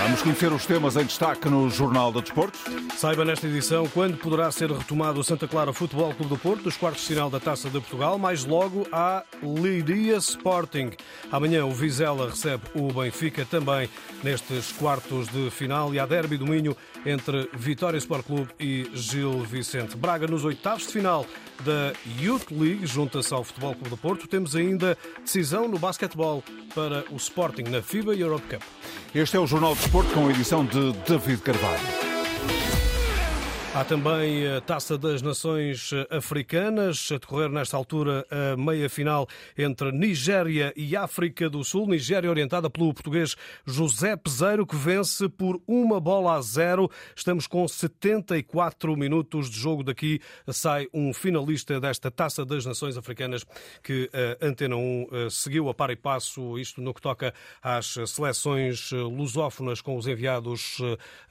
Vamos conhecer os temas em destaque no Jornal do Desporto. Saiba nesta edição quando poderá ser retomado o Santa Clara Futebol Clube do Porto, dos quartos de final da Taça de Portugal. Mais logo há Leiria Sporting. Amanhã o Vizela recebe o Benfica também nestes quartos de final. E há derby do Minho entre Vitória Sport Clube e Gil Vicente. Braga nos oitavos de final da Youth League junta-se ao Futebol Clube do Porto. Temos ainda decisão no basquetebol para o Sporting na FIBA Europe Cup. Este é o Jornal do Desporto com a edição de David Carvalho. Há também a Taça das Nações Africanas, a decorrer nesta altura a meia-final entre Nigéria e África do Sul. Nigéria orientada pelo português José Peseiro, que vence por 1-0. Estamos com 74 minutos de jogo. Daqui sai um finalista desta Taça das Nações Africanas que a Antena 1 seguiu a par e passo, isto no que toca às seleções lusófonas, com os enviados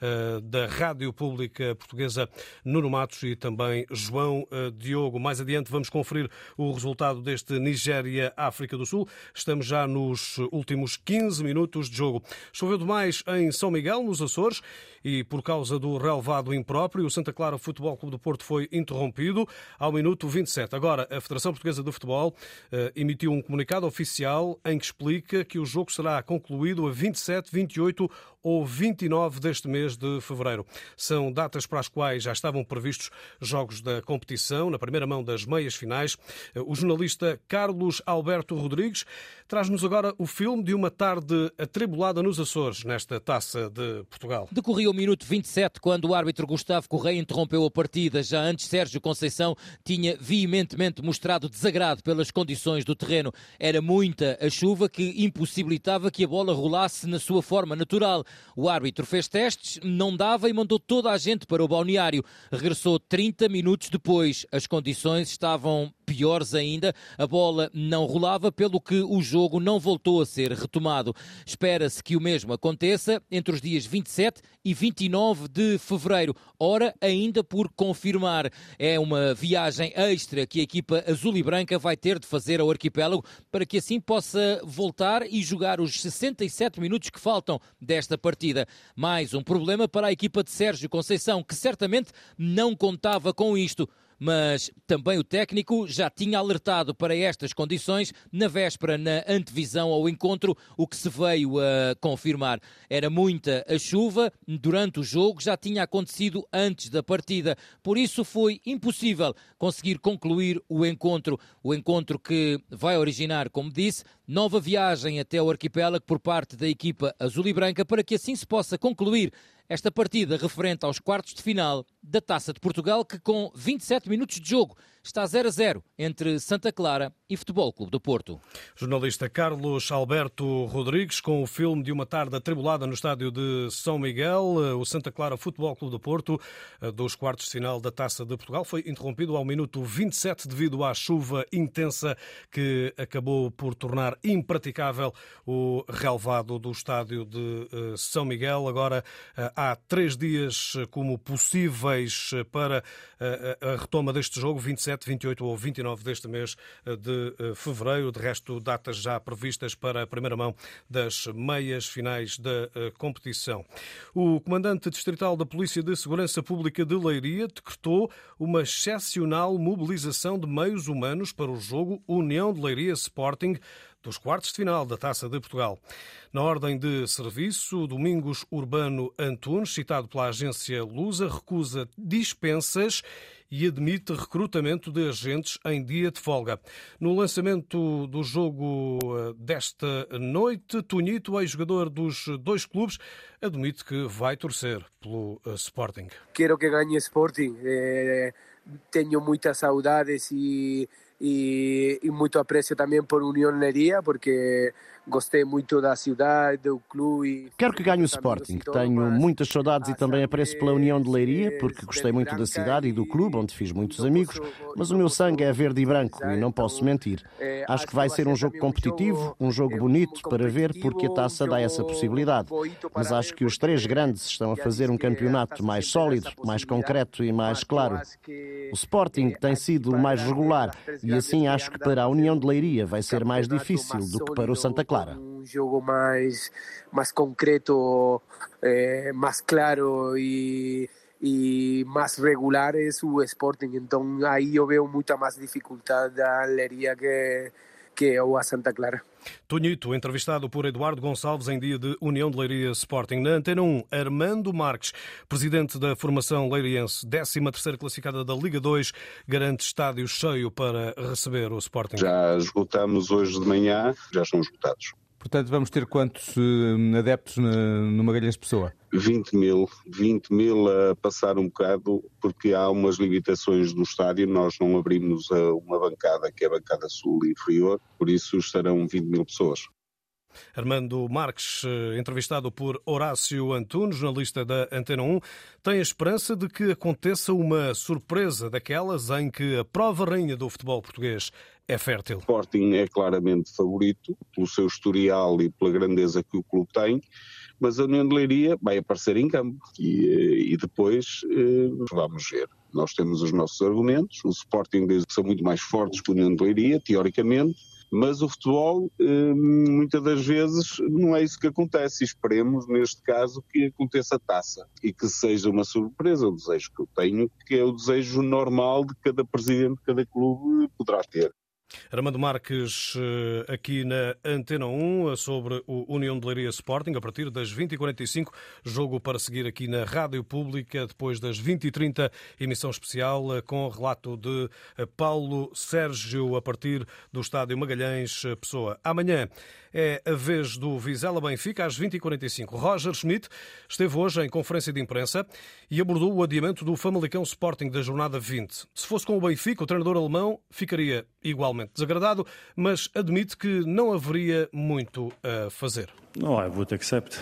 da Rádio Pública Portuguesa, Nuno Matos e também João Diogo. Mais adiante vamos conferir o resultado deste Nigéria-África do Sul. Estamos já nos últimos 15 minutos de jogo. Choveu demais em São Miguel, nos Açores, e por causa do relevado impróprio, o Santa Clara Futebol Clube do Porto foi interrompido ao minuto 27. Agora, a Federação Portuguesa de Futebol emitiu um comunicado oficial em que explica que o jogo será concluído a 27, 28 ou 29 deste mês de fevereiro. São datas para as quais já estavam previstos jogos da competição, na primeira mão das meias finais. O jornalista Carlos Alberto Rodrigues traz-nos agora o filme de uma tarde atribulada nos Açores, nesta Taça de Portugal. Decorria o minuto 27, quando o árbitro Gustavo Correia interrompeu a partida. Já antes, Sérgio Conceição tinha veementemente mostrado desagrado pelas condições do terreno. Era muita a chuva que impossibilitava que a bola rolasse na sua forma natural. O árbitro fez testes, não dava e mandou toda a gente para o balneário. Regressou 30 minutos depois. As condições estavam piores ainda. A bola não rolava, pelo que o jogo não voltou a ser retomado. Espera-se que o mesmo aconteça entre os dias 27 e 29 de fevereiro. Ora, ainda por confirmar. É uma viagem extra que a equipa azul e branca vai ter de fazer ao arquipélago para que assim possa voltar e jogar os 67 minutos que faltam desta partida. Mais um problema para a equipa de Sérgio Conceição, que certamente não contava com isto. Mas também o técnico já tinha alertado para estas condições na véspera, na antevisão ao encontro, o que se veio a confirmar. Era muita a chuva, durante o jogo já tinha acontecido antes da partida, por isso foi impossível conseguir concluir o encontro que vai originar, como disse, nova viagem até o arquipélago por parte da equipa azul e branca, para que assim se possa concluir esta partida referente aos quartos de final da Taça de Portugal, que com 27 minutos de jogo está 0-0 entre Santa Clara e Futebol Clube do Porto. Jornalista Carlos Alberto Rodrigues com o filme de uma tarde atribulada no estádio de São Miguel. O Santa Clara Futebol Clube do Porto, dos quartos de final da Taça de Portugal, foi interrompido ao minuto 27 devido à chuva intensa que acabou por tornar impraticável o relevado do estádio de São Miguel. Agora há 3 dias como possíveis para a retoma deste jogo, 27, 28 ou 29 deste mês de fevereiro. De resto, datas já previstas para a primeira mão das meias finais da competição. O comandante distrital da Polícia de Segurança Pública de Leiria decretou uma excepcional mobilização de meios humanos para o jogo União de Leiria Sporting dos quartos de final da Taça de Portugal. Na ordem de serviço, Domingos Urbano Antunes, citado pela agência Lusa, recusa dispensas e admite recrutamento de agentes em dia de folga. No lançamento do jogo desta noite, Tunito, ex-jogador dos dois clubes, admite que vai torcer pelo Sporting. Quero que ganhe Sporting. Tenho muitas saudades e muito apreço também por União Leiria, porque gostei muito da cidade, do clube. Quero que ganhe o Sporting. Tenho muitas saudades e também apreço pela União de Leiria, porque gostei muito da cidade e do clube, onde fiz muitos amigos, mas o meu sangue é verde e branco e não posso mentir. Acho que vai ser um jogo competitivo, um jogo bonito para ver, porque a taça dá essa possibilidade. Mas acho que os 3 grandes estão a fazer um campeonato mais sólido, mais concreto e mais claro. O Sporting tem sido o mais regular e assim acho que para a União de Leiria vai ser mais difícil do que para o Santa Clara. clara. Jogo mais concreto, mais claro e mais regular é o Sporting. Então aí eu vejo muita mais dificuldade da Leiria que o Santa Clara. Tonhito, entrevistado por Eduardo Gonçalves em dia de União de Leiria Sporting. Na Antena 1, Armando Marques, presidente da formação leiriense, 13ª classificada da Liga 2, garante estádio cheio para receber o Sporting. Já esgotamos hoje de manhã, já estão esgotados. Portanto, vamos ter quantos adeptos no Magalhães Pessoa? 20 mil a passar um bocado, porque há umas limitações no estádio. Nós não abrimos uma bancada, que é a bancada sul inferior, por isso estarão 20 mil pessoas. Armando Marques, entrevistado por Horácio Antunes, jornalista da Antena 1, tem a esperança de que aconteça uma surpresa daquelas em que a prova rainha do futebol português é fértil. O Sporting é claramente favorito pelo seu historial e pela grandeza que o clube tem, mas a União de Leiria vai aparecer em campo e depois vamos ver. Nós temos os nossos argumentos, os Sporting são muito mais fortes que a União de Leiria, teoricamente, mas o futebol, muitas das vezes, não é isso que acontece. Esperemos, neste caso, que aconteça a taça e que seja uma surpresa. O desejo que eu tenho, que é o desejo normal de cada presidente de cada clube poderá ter. Armando Marques, aqui na Antena 1, sobre o União de Leiria Sporting, a partir das 20h45, jogo para seguir aqui na Rádio Pública, depois das 20h30, emissão especial com relato de Paulo Sérgio, a partir do Estádio Magalhães Pessoa. Amanhã é a vez do Vizela Benfica, às 20h45. Roger Schmidt esteve hoje em conferência de imprensa e abordou o adiamento do Famalicão Sporting da jornada 20. Se fosse com o Benfica, o treinador alemão ficaria igualmente desagradado, mas admite que não haveria muito a fazer. No, I would accept.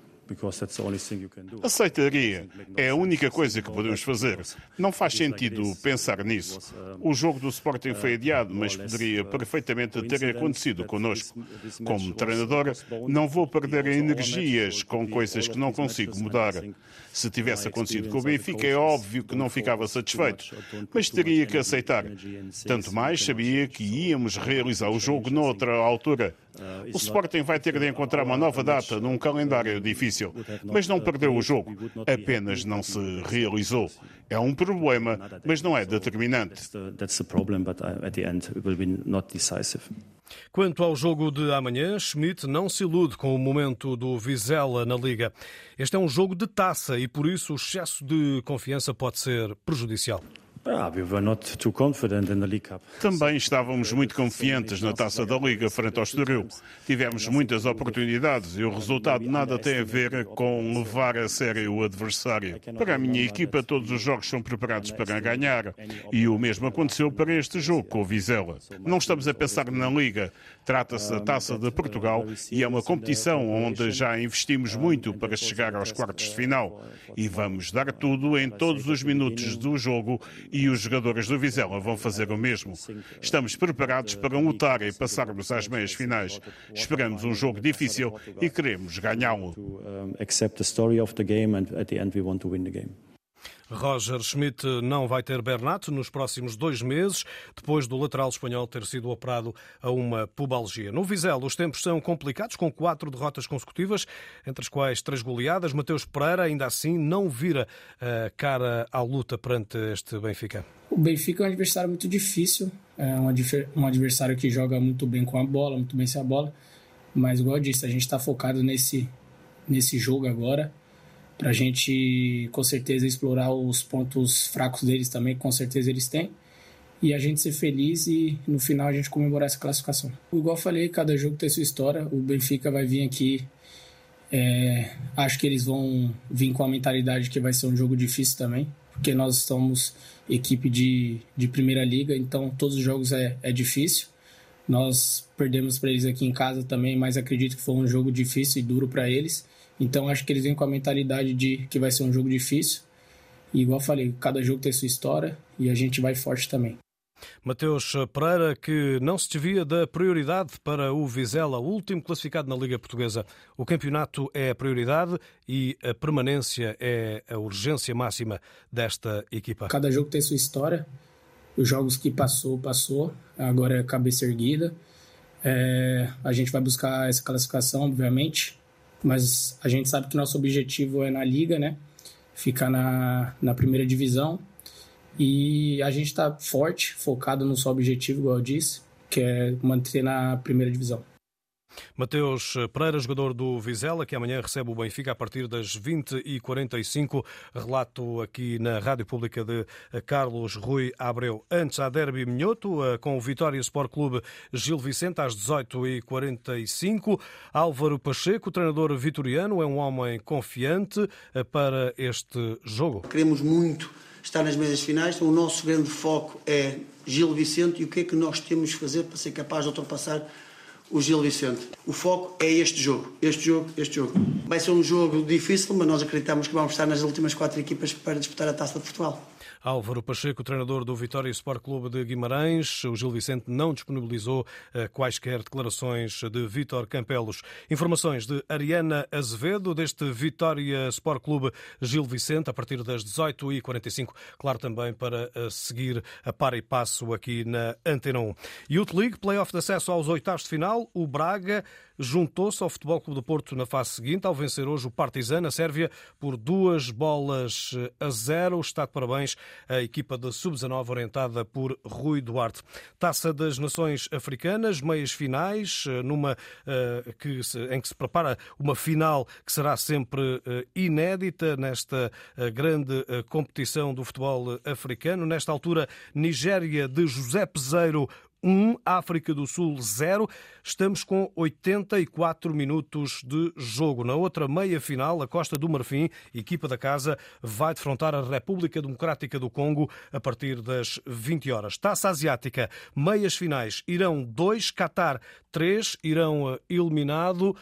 Aceitaria. É a única coisa que podemos fazer. Não faz sentido pensar nisso. O jogo do Sporting foi adiado, mas poderia perfeitamente ter acontecido connosco. Como treinador, não vou perder energias com coisas que não consigo mudar. Se tivesse acontecido com o Benfica, é óbvio que não ficava satisfeito, mas teria que aceitar. Tanto mais sabia que íamos realizar o jogo noutra altura. O Sporting vai ter de encontrar uma nova data num calendário difícil, mas não perdeu o jogo, apenas não se realizou. É um problema, mas não é determinante. Quanto ao jogo de amanhã, Schmidt não se ilude com o momento do Vizela na Liga. Este é um jogo de taça e, por isso, o excesso de confiança pode ser prejudicial. Também estávamos muito confiantes na Taça da Liga frente ao Estoril. Tivemos muitas oportunidades e o resultado nada tem a ver com levar a sério o adversário. Para a minha equipa, todos os jogos são preparados para ganhar e o mesmo aconteceu para este jogo com o Vizela. Não estamos a pensar na Liga. Trata-se da Taça de Portugal e é uma competição onde já investimos muito para chegar aos quartos de final e vamos dar tudo em todos os minutos do jogo. E os jogadores do Vizela vão fazer o mesmo. Estamos preparados para lutar e passarmos às meias finais. Esperamos um jogo difícil e queremos ganhá-lo. Roger Schmidt não vai ter Bernat nos próximos 2 meses, depois do lateral espanhol ter sido operado a uma pubalgia. No Vizela, os tempos são complicados, com 4 derrotas consecutivas, entre as quais 3 goleadas. Mateus Pereira, ainda assim, não vira a cara à luta perante este Benfica. O Benfica é um adversário muito difícil, é um adversário que joga muito bem com a bola, muito bem sem a bola, mas, igual eu disse, a gente está focado nesse jogo agora, para a gente, com certeza, explorar os pontos fracos deles também, com certeza eles têm, e a gente ser feliz e, no final, a gente comemorar essa classificação. Igual eu falei, cada jogo tem sua história, o Benfica vai vir aqui, acho que eles vão vir com a mentalidade que vai ser um jogo difícil também, porque nós somos equipe de primeira liga, então todos os jogos é difícil. Nós perdemos para eles aqui em casa também, mas acredito que foi um jogo difícil e duro para eles. Então acho que eles vêm com a mentalidade de que vai ser um jogo difícil. E igual eu falei, cada jogo tem sua história e a gente vai forte também. Mateus Pereira, que não se desvia da prioridade para o Vizela, o último classificado na Liga Portuguesa. O campeonato é a prioridade e a permanência é a urgência máxima desta equipa. Cada jogo tem sua história. Os jogos que passou. Agora é cabeça erguida. A gente vai buscar essa classificação, obviamente, mas a gente sabe que nosso objetivo é na Liga, né? Ficar na primeira divisão. E a gente está forte, focado no só objetivo, igual eu disse, que é manter na primeira divisão. Mateus Pereira, jogador do Vizela, que amanhã recebe o Benfica a partir das 20h45. Relato aqui na Rádio Pública de Carlos Rui Abreu. Antes, a Derby Minhoto, com o Vitória Sport Clube Gil Vicente, às 18h45. Álvaro Pacheco, treinador vitoriano, é um homem confiante para este jogo. Queremos muito estar nas meias finais, então o nosso grande foco é Gil Vicente e o que é que nós temos de fazer para ser capaz de ultrapassar o Gil Vicente. O foco é este jogo. Vai ser um jogo difícil, mas nós acreditamos que vamos estar nas últimas 4 equipas para disputar a Taça de Portugal. Álvaro Pacheco, treinador do Vitória Sport Clube de Guimarães. O Gil Vicente não disponibilizou quaisquer declarações de Vítor Campelos. Informações de Ariana Azevedo, deste Vitória Sport Clube Gil Vicente, a partir das 18h45. Claro, também para seguir a par e passo aqui na Antena 1. Youth League, play-off de acesso aos oitavos de final. O Braga juntou-se ao Futebol Clube do Porto na fase seguinte, ao vencer hoje o Partizan na Sérvia por 2-0. Está de parabéns a equipa da Sub-19 orientada por Rui Duarte. Taça das Nações Africanas, meias finais, em que se prepara uma final que será sempre inédita nesta grande competição do futebol africano. Nesta altura, Nigéria de José Peseiro 1, África do Sul 0. Estamos com 84 minutos de jogo. Na outra meia-final, a Costa do Marfim, equipa da casa, vai defrontar a República Democrática do Congo a partir das 20 horas. Taça Asiática, meias finais, Irão 2, Qatar 3, Irão eliminado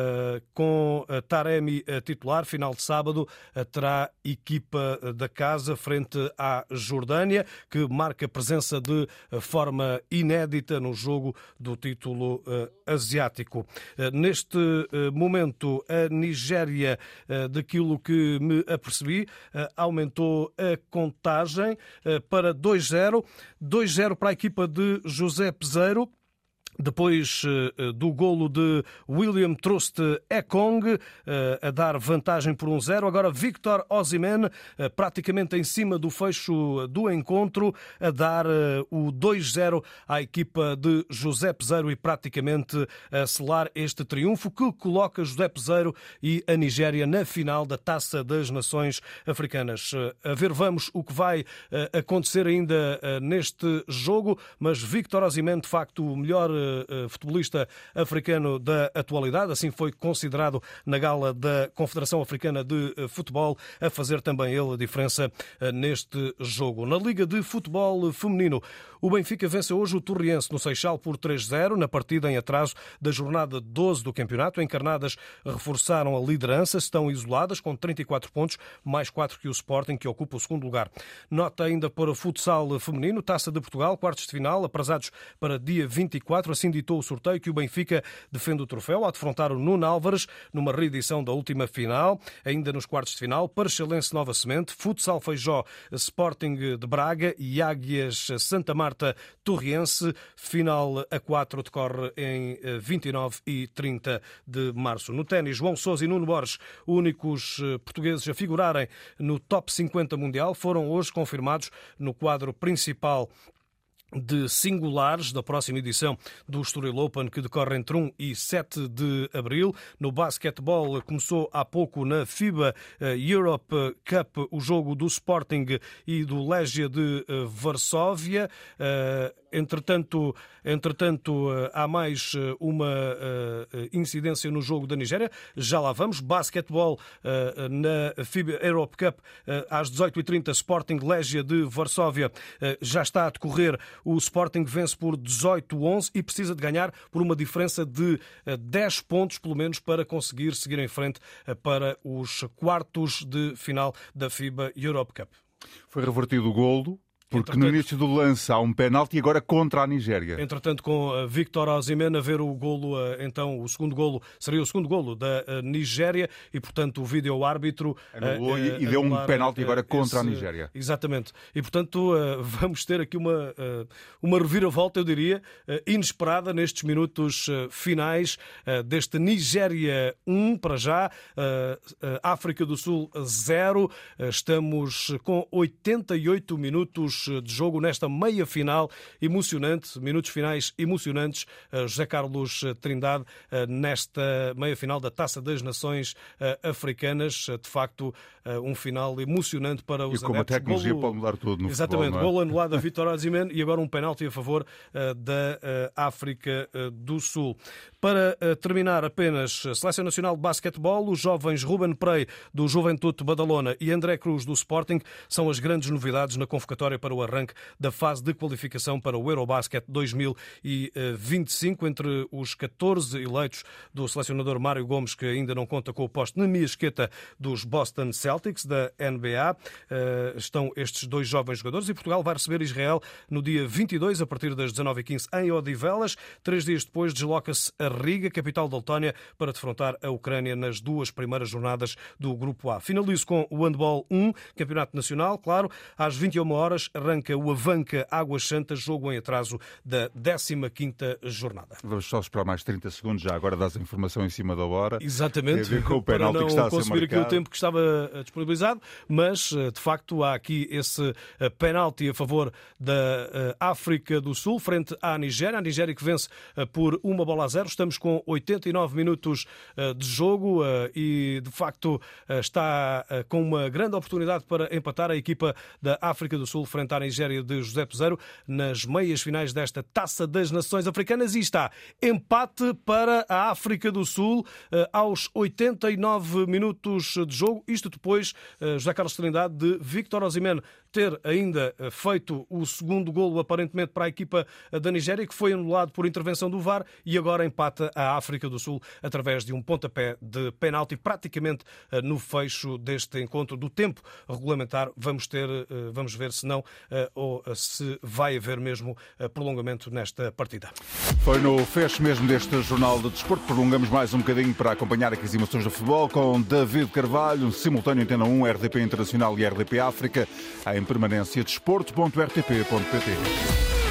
com Taremi titular. Final de sábado terá equipa da casa frente à Jordânia, que marca presença de forma inédita no jogo do título asiático. Neste momento, a Nigéria, daquilo que me apercebi, aumentou a contagem para 2-0. 2-0 para a equipa de José Peseiro. Depois do golo de William Troost Ekong a dar vantagem por 1-0. Agora Victor Osimhen praticamente em cima do fecho do encontro a dar o 2-0 à equipa de José Peseiro e praticamente a selar este triunfo que coloca José Peseiro e a Nigéria na final da Taça das Nações Africanas. A ver, vamos o que vai acontecer ainda neste jogo, mas Victor Osimhen, de facto, o melhor futebolista africano da atualidade, assim foi considerado na gala da Confederação Africana de Futebol, a fazer também ele a diferença neste jogo. Na Liga de Futebol Feminino, o Benfica vence hoje o Torriense no Seixal por 3-0, na partida em atraso da jornada 12 do campeonato. Encarnadas reforçaram a liderança, estão isoladas com 34 pontos, mais 4 que o Sporting, que ocupa o segundo lugar. Nota ainda para o futsal feminino, Taça de Portugal, quartos de final, aprazados para dia 24. Assim ditou o sorteio que o Benfica defende o troféu ao defrontar o Nuno Álvares numa reedição da última final. Ainda nos quartos de final, Parexelense Nova Semente, Futsal Feijó Sporting de Braga e Águias Santa Marta Torriense. Final a 4 decorre em 29 e 30 de março. No ténis, João Sousa e Nuno Borges, únicos portugueses a figurarem no top 50 mundial, foram hoje confirmados no quadro principal de singulares da próxima edição do Estoril Open, que decorre entre 1 e 7 de abril. No basquetebol, começou há pouco na FIBA Europe Cup o jogo do Sporting e do Legia de Varsóvia. Entretanto, há mais uma incidência no jogo da Nigéria. Já lá vamos. Basquetebol na FIBA Europe Cup às 18h30, Sporting Legia de Varsóvia já está a decorrer. O Sporting vence por 18-11 e precisa de ganhar por uma diferença de 10 pontos, pelo menos, para conseguir seguir em frente para os quartos de final da FIBA Europe Cup. Foi revertido o golo Porque no início do lance há um penalti agora contra a Nigéria. Entretanto, com Victor Osimhen a ver o golo, então o segundo golo, seria o segundo golo da Nigéria e, portanto, o vídeo-árbitro anulou e deu um penalti agora contra a Nigéria. Exatamente. E, portanto, vamos ter aqui uma reviravolta, eu diria, inesperada nestes minutos finais deste Nigéria 1 para já, África do Sul 0. Estamos com 88 minutos de jogo nesta meia-final emocionante, minutos finais emocionantes. José Carlos Trindade, nesta meia-final da Taça das Nações Africanas, de facto, um final emocionante para os adeptos. E como a tecnologia pode mudar tudo no Exatamente, futebol, golo anulado a Victor Osimhen e agora um penalti a favor da África do Sul. Para terminar, apenas a Seleção Nacional de Basquetebol, os jovens Ruben Prey do Juventude Badalona e André Cruz do Sporting são as grandes novidades na convocatória para o arranque da fase de qualificação para o Eurobasket 2025. Entre os 14 eleitos do selecionador Mário Gomes, que ainda não conta com o posto na miasqueta dos Boston Celtics da NBA, estão estes dois jovens jogadores e Portugal vai receber Israel no dia 22, a partir das 19h15 em Odivelas. 3 dias depois desloca-se a Riga, capital da Letónia, para defrontar a Ucrânia nas 2 primeiras jornadas do Grupo A. Finalizo com o Handball 1, Campeonato Nacional, claro. Às 21 horas arranca o Avanca Águas Santas, jogo em atraso da 15ª jornada. Vamos só esperar mais 30 segundos, já agora dás a informação em cima da hora. Exatamente, tem a ver com o para não que está a ser consumir aqui marcado. o tempo que estava disponibilizado, mas de facto há aqui esse penalti a favor da África do Sul frente à Nigéria. A Nigéria que vence por 1-0. Estamos com 89 minutos de jogo e de facto está com uma grande oportunidade para empatar a equipa da África do Sul frente à Nigéria de José Peseiro nas meias finais desta Taça das Nações Africanas, e está empate para a África do Sul aos 89 minutos de jogo. Isto depois, José Carlos Trindade, de Victor Osimhen ter ainda feito o segundo golo aparentemente para a equipa da Nigéria, que foi anulado por intervenção do VAR, e agora empata a África do Sul através de um pontapé de penalti praticamente no fecho deste encontro do tempo regulamentar. Vamos ver se não ou se vai haver mesmo prolongamento nesta partida. Foi no fecho mesmo deste Jornal de Desporto. Prolongamos mais um bocadinho para acompanhar aqui as emoções do futebol com David Carvalho, simultâneo Antena 1, RDP Internacional e RDP África, em permanência desporto.rtp.pt.